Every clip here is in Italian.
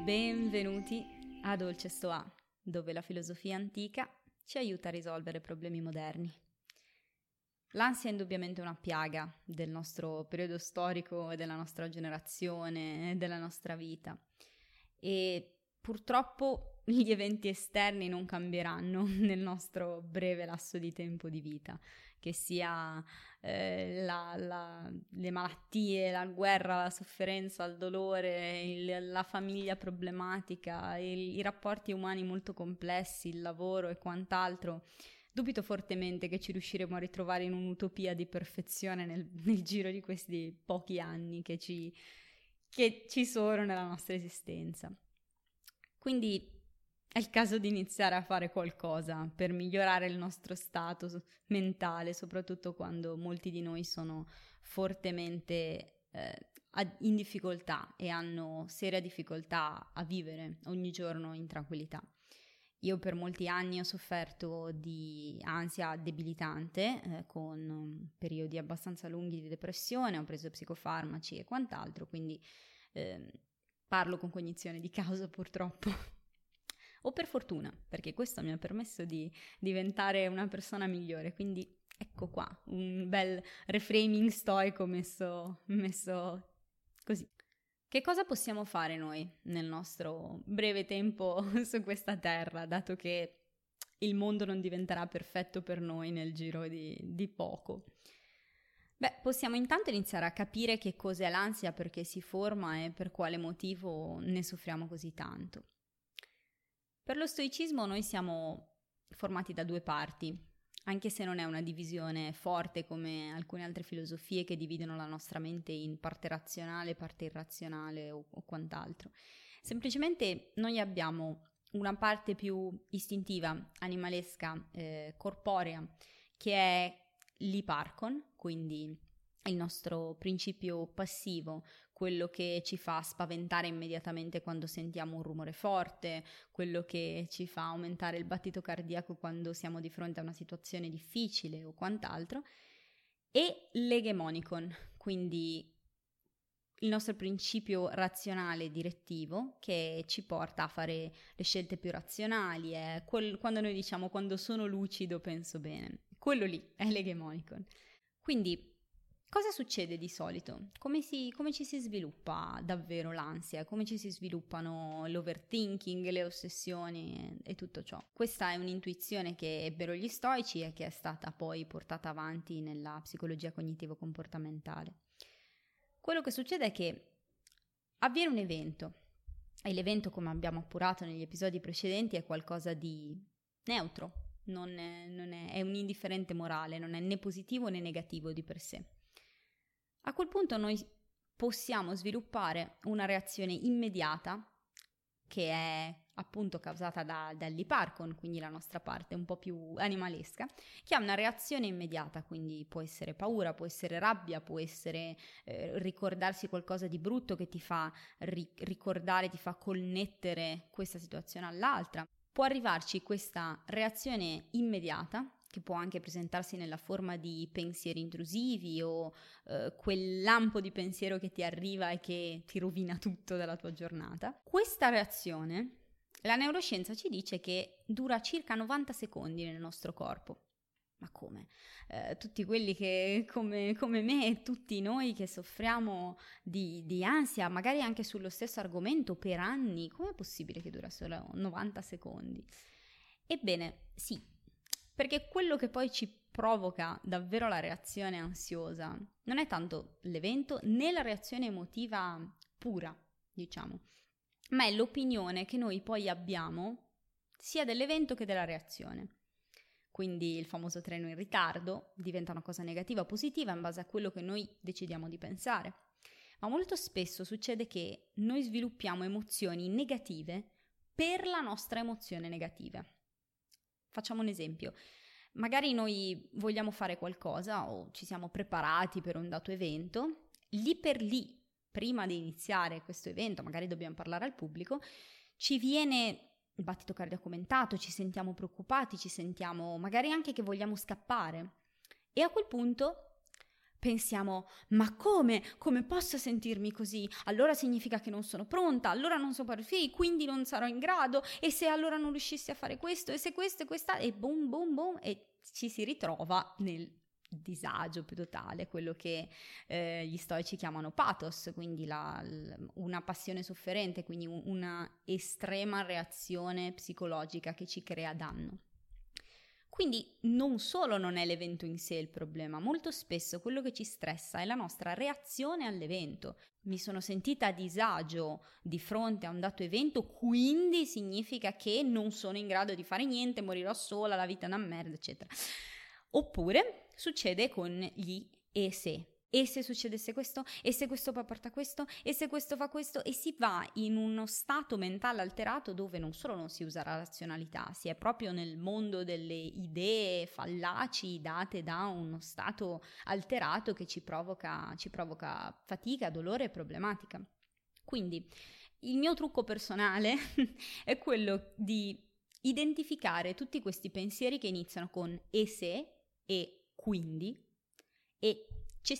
Benvenuti a Dolce Stoa, dove la filosofia antica ci aiuta a risolvere problemi moderni. L'ansia è indubbiamente una piaga del nostro periodo storico, della nostra generazione, della nostra vita. E purtroppo gli eventi esterni non cambieranno nel nostro breve lasso di tempo di vita, che sia le malattie, la guerra, la sofferenza, il dolore, la famiglia problematica, i rapporti umani molto complessi, il lavoro e quant'altro. Dubito fortemente che ci riusciremo a ritrovare in un'utopia di perfezione nel giro di questi pochi anni che ci sono nella nostra esistenza. Quindi è il caso di iniziare a fare qualcosa per migliorare il nostro stato mentale, soprattutto quando molti di noi sono fortemente in difficoltà e hanno seria difficoltà a vivere ogni giorno in tranquillità. Io per molti anni ho sofferto di ansia debilitante, con periodi abbastanza lunghi di depressione, ho preso psicofarmaci e quant'altro, quindi parlo con cognizione di causa purtroppo, o per fortuna, perché questo mi ha permesso di diventare una persona migliore, quindi ecco qua, un bel reframing stoico messo così. Che cosa possiamo fare noi nel nostro breve tempo su questa terra, dato che il mondo non diventerà perfetto per noi nel giro di poco? Beh, possiamo intanto iniziare a capire che cos'è l'ansia, perché si forma e per quale motivo ne soffriamo così tanto. Per lo stoicismo noi siamo formati da due parti, anche se non è una divisione forte come alcune altre filosofie che dividono la nostra mente in parte razionale, parte irrazionale o quant'altro. Semplicemente noi abbiamo una parte più istintiva, animalesca, corporea, che è l'Iparkon, quindi il nostro principio passivo, quello che ci fa spaventare immediatamente quando sentiamo un rumore forte, quello che ci fa aumentare il battito cardiaco quando siamo di fronte a una situazione difficile o quant'altro, e l'Hegemonikon, quindi il nostro principio razionale direttivo che ci porta a fare le scelte più razionali, è quando noi diciamo quando sono lucido penso bene, quello lì è l'Hegemonikon. Quindi cosa succede di solito? Come ci si sviluppa davvero l'ansia? Come ci si sviluppano l'overthinking, le ossessioni e tutto ciò? Questa è un'intuizione che ebbero gli stoici e che è stata poi portata avanti nella psicologia cognitivo-comportamentale. Quello che succede è che avviene un evento e l'evento, come abbiamo appurato negli episodi precedenti, è qualcosa di neutro, è un indifferente morale, non è né positivo né negativo di per sé. A quel punto noi possiamo sviluppare una reazione immediata che è appunto causata dall'Iparkon, quindi la nostra parte un po' più animalesca, che ha una reazione immediata, quindi può essere paura, può essere rabbia, può essere ricordarsi qualcosa di brutto che ti fa ricordare, ti fa connettere questa situazione all'altra. Può arrivarci questa reazione immediata, che può anche presentarsi nella forma di pensieri intrusivi o quel lampo di pensiero che ti arriva e che ti rovina tutto della tua giornata. Questa reazione, la neuroscienza ci dice che dura circa 90 secondi nel nostro corpo. Ma come? Tutti quelli che, come me e tutti noi che soffriamo di ansia, magari anche sullo stesso argomento per anni, com'è possibile che dura solo 90 secondi? Ebbene, sì, perché quello che poi ci provoca davvero la reazione ansiosa non è tanto l'evento né la reazione emotiva pura, diciamo, ma è l'opinione che noi poi abbiamo sia dell'evento che della reazione. Quindi il famoso treno in ritardo diventa una cosa negativa o positiva in base a quello che noi decidiamo di pensare. Ma molto spesso succede che noi sviluppiamo emozioni negative per la nostra emozione negativa. Facciamo un esempio. Magari noi vogliamo fare qualcosa o ci siamo preparati per un dato evento, lì per lì, prima di iniziare questo evento, magari dobbiamo parlare al pubblico, ci viene il battito cardiaco aumentato, ci sentiamo preoccupati, ci sentiamo magari anche che vogliamo scappare. E a quel punto pensiamo: ma come? Come posso sentirmi così? Allora significa che non sono pronta, allora non so fare figli, quindi non sarò in grado, e se allora non riuscissi a fare questo, e se questo e questa, e boom boom boom, e ci si ritrova nel disagio più totale, quello che gli stoici chiamano pathos, quindi una passione sofferente, quindi una estrema reazione psicologica che ci crea danno. Quindi non solo non è l'evento in sé il problema, molto spesso quello che ci stressa è la nostra reazione all'evento. Mi sono sentita a disagio di fronte a un dato evento, quindi significa che non sono in grado di fare niente, morirò sola, la vita è una merda, eccetera. Oppure succede con gli e se. E se succedesse questo? E se questo poi porta a questo? E se questo fa questo? E si va in uno stato mentale alterato dove non solo non si usa la razionalità, si è proprio nel mondo delle idee fallaci date da uno stato alterato che ci provoca fatica, dolore e problematica. Quindi il mio trucco personale è quello di identificare tutti questi pensieri che iniziano con e se e quindi e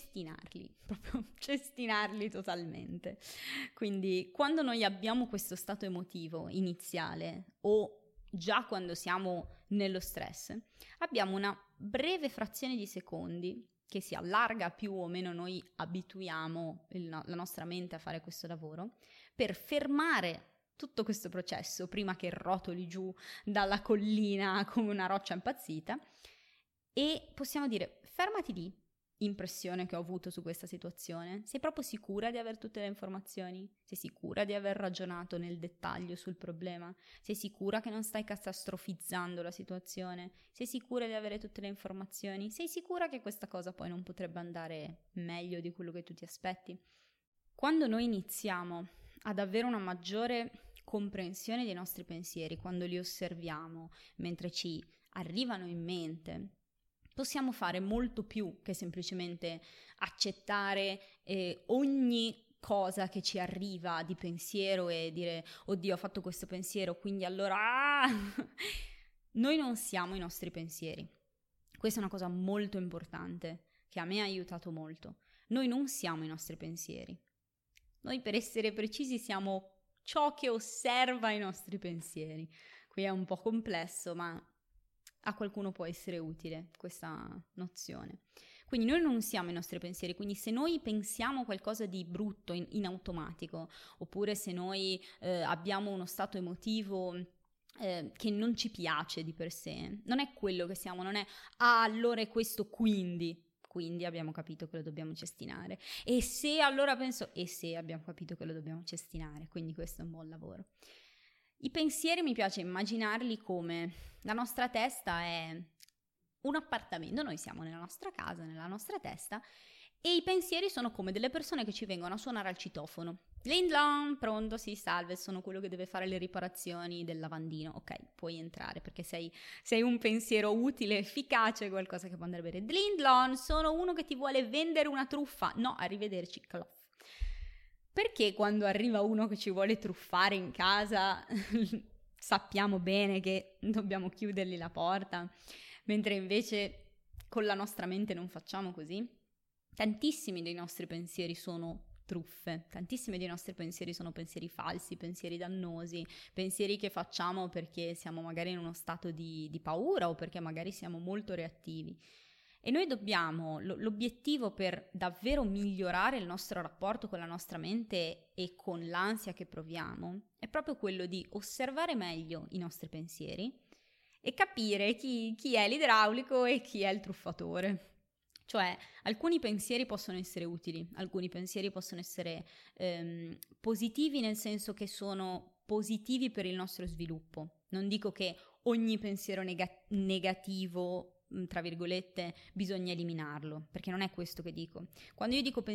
cestinarli totalmente. Quindi quando noi abbiamo questo stato emotivo iniziale o già quando siamo nello stress, abbiamo una breve frazione di secondi che si allarga più o meno, noi abituiamo la nostra mente a fare questo lavoro, per fermare tutto questo processo prima che rotoli giù dalla collina come una roccia impazzita, e possiamo dire: fermati lì. Impressione che ho avuto su questa situazione? Sei proprio sicura di aver tutte le informazioni? Sei sicura di aver ragionato nel dettaglio sul problema? Sei sicura che non stai catastrofizzando la situazione? Sei sicura di avere tutte le informazioni? Sei sicura che questa cosa poi non potrebbe andare meglio di quello che tu ti aspetti? Quando noi iniziamo ad avere una maggiore comprensione dei nostri pensieri, quando li osserviamo mentre ci arrivano in mente, possiamo fare molto più che semplicemente accettare ogni cosa che ci arriva di pensiero e dire: oddio, ho fatto questo pensiero, quindi allora Noi non siamo i nostri pensieri. Questa è una cosa molto importante che a me ha aiutato molto. Noi non siamo i nostri pensieri. Noi, per essere precisi, siamo ciò che osserva i nostri pensieri. Qui è un po' complesso, ma a qualcuno può essere utile questa nozione. Quindi noi non siamo i nostri pensieri, quindi se noi pensiamo qualcosa di brutto in automatico, oppure se noi abbiamo uno stato emotivo che non ci piace di per sé, non è quello che siamo, non è allora è questo quindi abbiamo capito che lo dobbiamo cestinare, e se allora penso, e se abbiamo capito che lo dobbiamo cestinare, quindi questo è un buon lavoro. I pensieri mi piace immaginarli come la nostra testa è un appartamento, noi siamo nella nostra casa, nella nostra testa, e i pensieri sono come delle persone che ci vengono a suonare al citofono. Lindlon, pronto, sì, salve, sono quello che deve fare le riparazioni del lavandino. Ok, puoi entrare perché sei un pensiero utile, efficace, qualcosa che può andare bene. Lindlon, sono uno che ti vuole vendere una truffa. No, arrivederci, cloff. Perché quando arriva uno che ci vuole truffare in casa sappiamo bene che dobbiamo chiudergli la porta, mentre invece con la nostra mente non facciamo così? Tantissimi dei nostri pensieri sono truffe, tantissimi dei nostri pensieri sono pensieri falsi, pensieri dannosi, pensieri che facciamo perché siamo magari in uno stato di paura o perché magari siamo molto reattivi. E noi dobbiamo, l'obiettivo per davvero migliorare il nostro rapporto con la nostra mente e con l'ansia che proviamo è proprio quello di osservare meglio i nostri pensieri e capire chi è l'idraulico e chi è il truffatore. Cioè, alcuni pensieri possono essere utili, alcuni pensieri possono essere positivi, nel senso che sono positivi per il nostro sviluppo. Non dico che ogni pensiero negativo, tra virgolette, bisogna eliminarlo, perché non è questo che dico. Quando io dico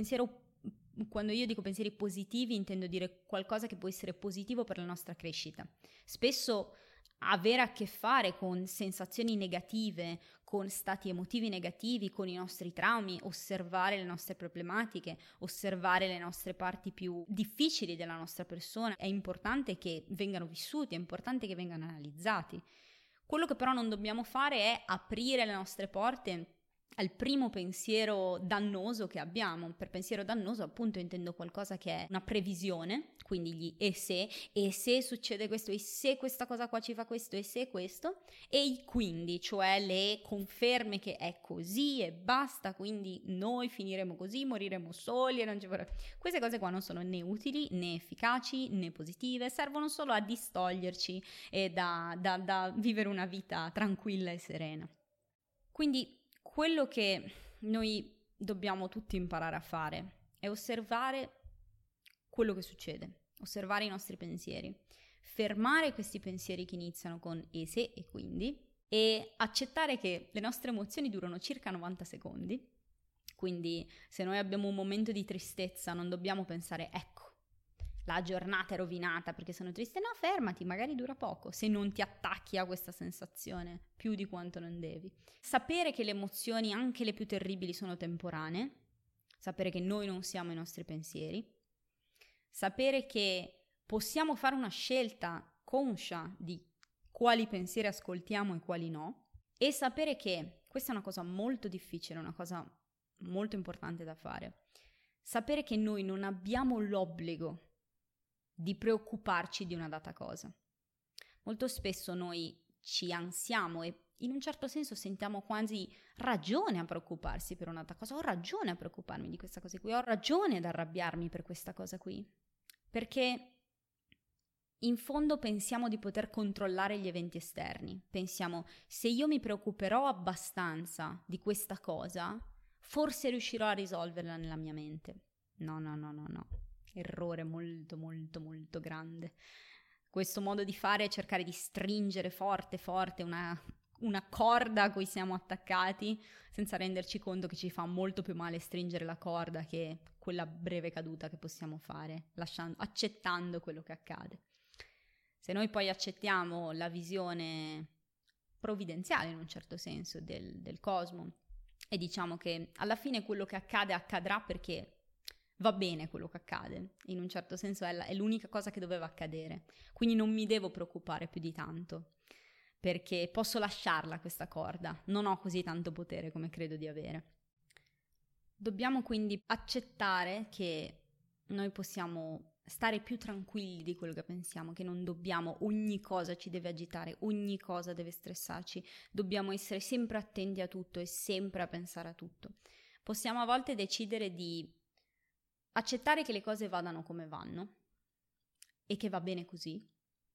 pensieri positivi, intendo dire qualcosa che può essere positivo per la nostra crescita. Spesso avere a che fare con sensazioni negative, con stati emotivi negativi, con i nostri traumi, osservare le nostre problematiche, osservare le nostre parti più difficili della nostra persona, è importante che vengano vissuti, è importante che vengano analizzati. Quello che però non dobbiamo fare è aprire le nostre porte al primo pensiero dannoso che abbiamo. Per pensiero dannoso appunto intendo qualcosa che è una previsione, quindi gli e se succede questo, e se questa cosa qua ci fa questo, e se questo, e i quindi, cioè le conferme che è così e basta, quindi noi finiremo così, moriremo soli e non ci vorrà. Queste cose qua non sono né utili, né efficaci, né positive, servono solo a distoglierci e da vivere una vita tranquilla e serena. Quindi quello che noi dobbiamo tutti imparare a fare è osservare quello che succede, osservare i nostri pensieri, fermare questi pensieri che iniziano con e se e quindi e accettare che le nostre emozioni durano circa 90 secondi. Quindi se noi abbiamo un momento di tristezza non dobbiamo pensare ecco, la giornata è rovinata perché sono triste. No, fermati, magari dura poco se non ti attacchi a questa sensazione più di quanto non devi. Sapere che le emozioni, anche le più terribili, sono temporanee, sapere che noi non siamo i nostri pensieri, sapere che possiamo fare una scelta conscia di quali pensieri ascoltiamo e quali no, e sapere che, questa è una cosa molto difficile, una cosa molto importante da fare, sapere che noi non abbiamo l'obbligo di preoccuparci di una data cosa. Molto spesso noi ci ansiamo e in un certo senso sentiamo quasi ragione a preoccuparsi per una data cosa. Ho ragione a preoccuparmi di questa cosa qui, ho ragione ad arrabbiarmi per questa cosa qui, perché in fondo pensiamo di poter controllare gli eventi esterni. Pensiamo, se io mi preoccuperò abbastanza di questa cosa, forse riuscirò a risolverla nella mia mente. No. Errore molto molto molto grande. Questo modo di fare è cercare di stringere forte una corda a cui siamo attaccati senza renderci conto che ci fa molto più male stringere la corda che quella breve caduta che possiamo fare accettando quello che accade. Se noi poi accettiamo la visione provvidenziale in un certo senso del cosmo e diciamo che alla fine quello che accade accadrà perché va bene quello che accade, in un certo senso è l'unica cosa che doveva accadere, quindi non mi devo preoccupare più di tanto, perché posso lasciarla questa corda, non ho così tanto potere come credo di avere. Dobbiamo quindi accettare che noi possiamo stare più tranquilli di quello che pensiamo, che non dobbiamo, ogni cosa ci deve agitare, ogni cosa deve stressarci, dobbiamo essere sempre attenti a tutto e sempre a pensare a tutto. Possiamo a volte decidere di accettare che le cose vadano come vanno e che va bene così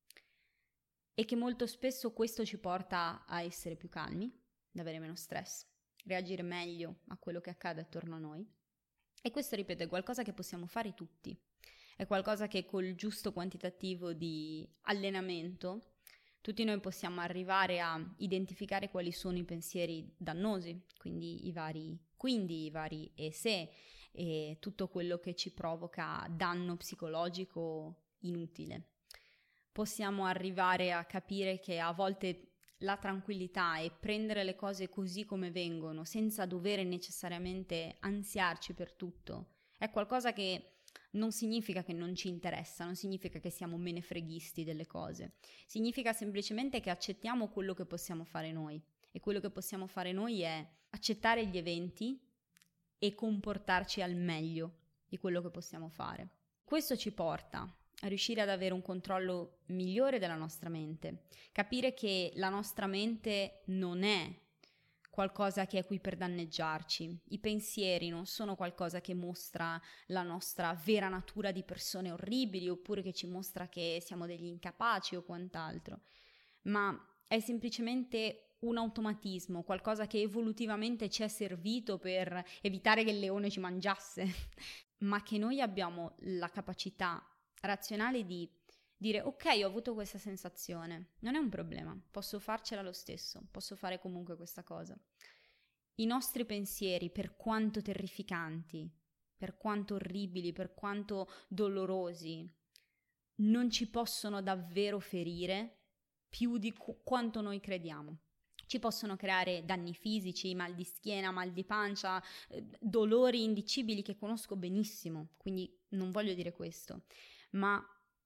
e che molto spesso questo ci porta a essere più calmi, ad avere meno stress, reagire meglio a quello che accade attorno a noi. E questo, ripeto, è qualcosa che possiamo fare tutti, è qualcosa che col giusto quantitativo di allenamento tutti noi possiamo arrivare a identificare quali sono i pensieri dannosi, quindi i vari e se, e tutto quello che ci provoca danno psicologico inutile. Possiamo arrivare a capire che a volte la tranquillità e prendere le cose così come vengono, senza dover necessariamente ansiarci per tutto, è qualcosa che non significa che non ci interessa, non significa che siamo menefreghisti delle cose, significa semplicemente che accettiamo quello che possiamo fare noi, e quello che possiamo fare noi è accettare gli eventi e comportarci al meglio di quello che possiamo fare. Questo ci porta a riuscire ad avere un controllo migliore della nostra mente, capire che la nostra mente non è qualcosa che è qui per danneggiarci, i pensieri non sono qualcosa che mostra la nostra vera natura di persone orribili oppure che ci mostra che siamo degli incapaci o quant'altro, ma è semplicemente un automatismo, qualcosa che evolutivamente ci è servito per evitare che il leone ci mangiasse, ma che noi abbiamo la capacità razionale di dire ok, ho avuto questa sensazione, non è un problema, posso farcela lo stesso, posso fare comunque questa cosa. I nostri pensieri, per quanto terrificanti, per quanto orribili, per quanto dolorosi, non ci possono davvero ferire più di quanto noi crediamo. Ci possono creare danni fisici, mal di schiena, mal di pancia, dolori indicibili che conosco benissimo, quindi non voglio dire questo, ma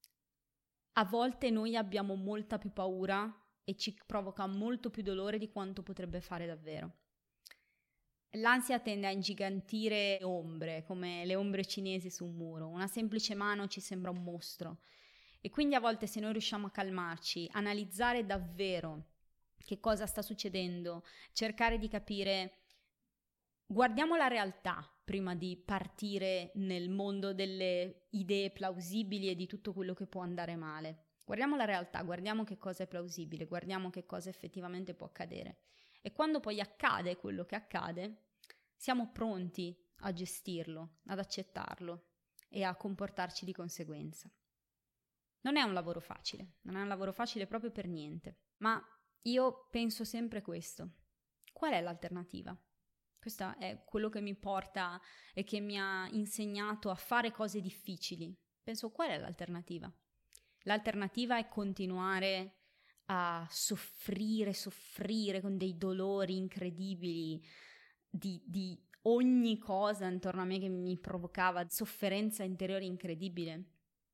a volte noi abbiamo molta più paura e ci provoca molto più dolore di quanto potrebbe fare davvero. L'ansia tende a ingigantire ombre, come le ombre cinesi su un muro. Una semplice mano ci sembra un mostro. E quindi a volte, se noi riusciamo a calmarci, analizzare davvero che cosa sta succedendo, cercare di capire, guardiamo la realtà prima di partire nel mondo delle idee plausibili e di tutto quello che può andare male. Guardiamo la realtà, guardiamo che cosa è plausibile, guardiamo che cosa effettivamente può accadere. E quando poi accade quello che accade, siamo pronti a gestirlo, ad accettarlo e a comportarci di conseguenza. Non è un lavoro facile, non è un lavoro facile proprio per niente, ma io penso sempre questo. Qual è l'alternativa? Questo è quello che mi porta e che mi ha insegnato a fare cose difficili. Penso, qual è l'alternativa? L'alternativa è continuare a soffrire con dei dolori incredibili di ogni cosa intorno a me che mi provocava sofferenza interiore incredibile.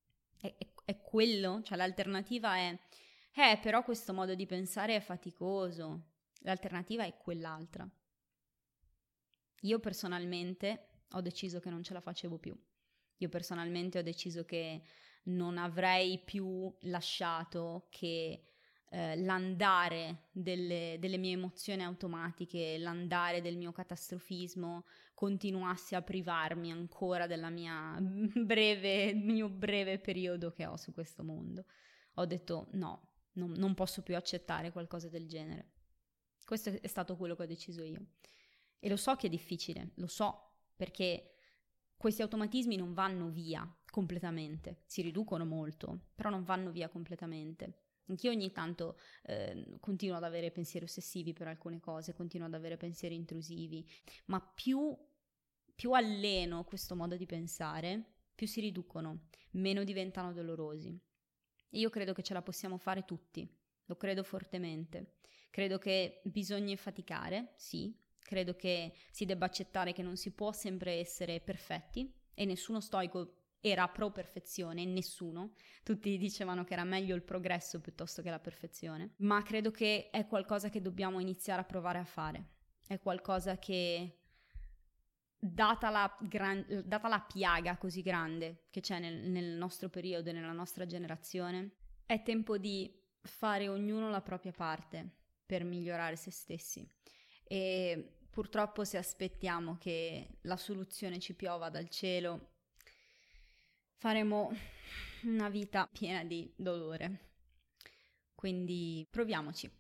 È quello? Cioè l'alternativa è però questo modo di pensare è faticoso. L'alternativa è quell'altra. Io personalmente ho deciso che non ce la facevo più. Io personalmente ho deciso che non avrei più lasciato che l'andare delle mie emozioni automatiche, l'andare del mio catastrofismo continuasse a privarmi ancora del mio breve periodo che ho su questo mondo. Ho detto no, non posso più accettare qualcosa del genere. Questo è stato quello che ho deciso io. E lo so che è difficile, lo so, perché questi automatismi non vanno via completamente, si riducono molto, però non vanno via completamente. Anch'io ogni tanto continuo ad avere pensieri ossessivi per alcune cose, continuo ad avere pensieri intrusivi, ma più alleno questo modo di pensare, più si riducono, meno diventano dolorosi. E io credo che ce la possiamo fare tutti, lo credo fortemente. Credo che bisogna faticare, sì. Credo che si debba accettare che non si può sempre essere perfetti e nessuno stoico era pro perfezione, nessuno. Tutti dicevano che era meglio il progresso piuttosto che la perfezione. Ma credo che è qualcosa che dobbiamo iniziare a provare a fare. È qualcosa che, data la piaga così grande che c'è nel nostro periodo e nella nostra generazione, è tempo di fare ognuno la propria parte per migliorare se stessi. E purtroppo, se aspettiamo che la soluzione ci piova dal cielo, faremo una vita piena di dolore. Quindi proviamoci.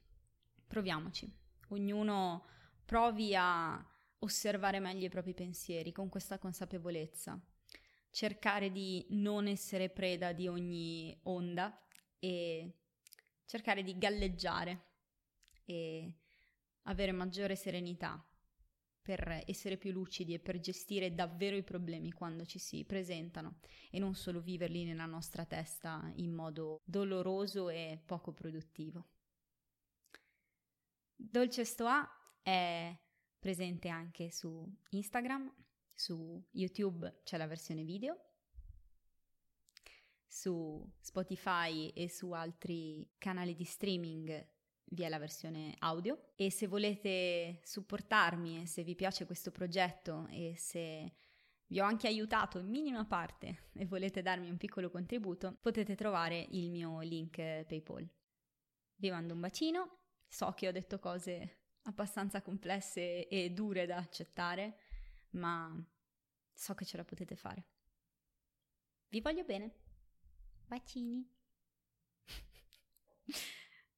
Ognuno provi a osservare meglio i propri pensieri con questa consapevolezza. Cercare di non essere preda di ogni onda e cercare di galleggiare e avere maggiore serenità per essere più lucidi e per gestire davvero i problemi quando ci si presentano e non solo viverli nella nostra testa in modo doloroso e poco produttivo. Dolce Stoa è presente anche su Instagram, su YouTube c'è la versione video, su Spotify e su altri canali di streaming vi è la versione audio. E se volete supportarmi e se vi piace questo progetto e se vi ho anche aiutato in minima parte e volete darmi un piccolo contributo, potete trovare il mio link PayPal. Vi mando un bacino, so che ho detto cose abbastanza complesse e dure da accettare, ma so che ce la potete fare. Vi voglio bene. Bacini.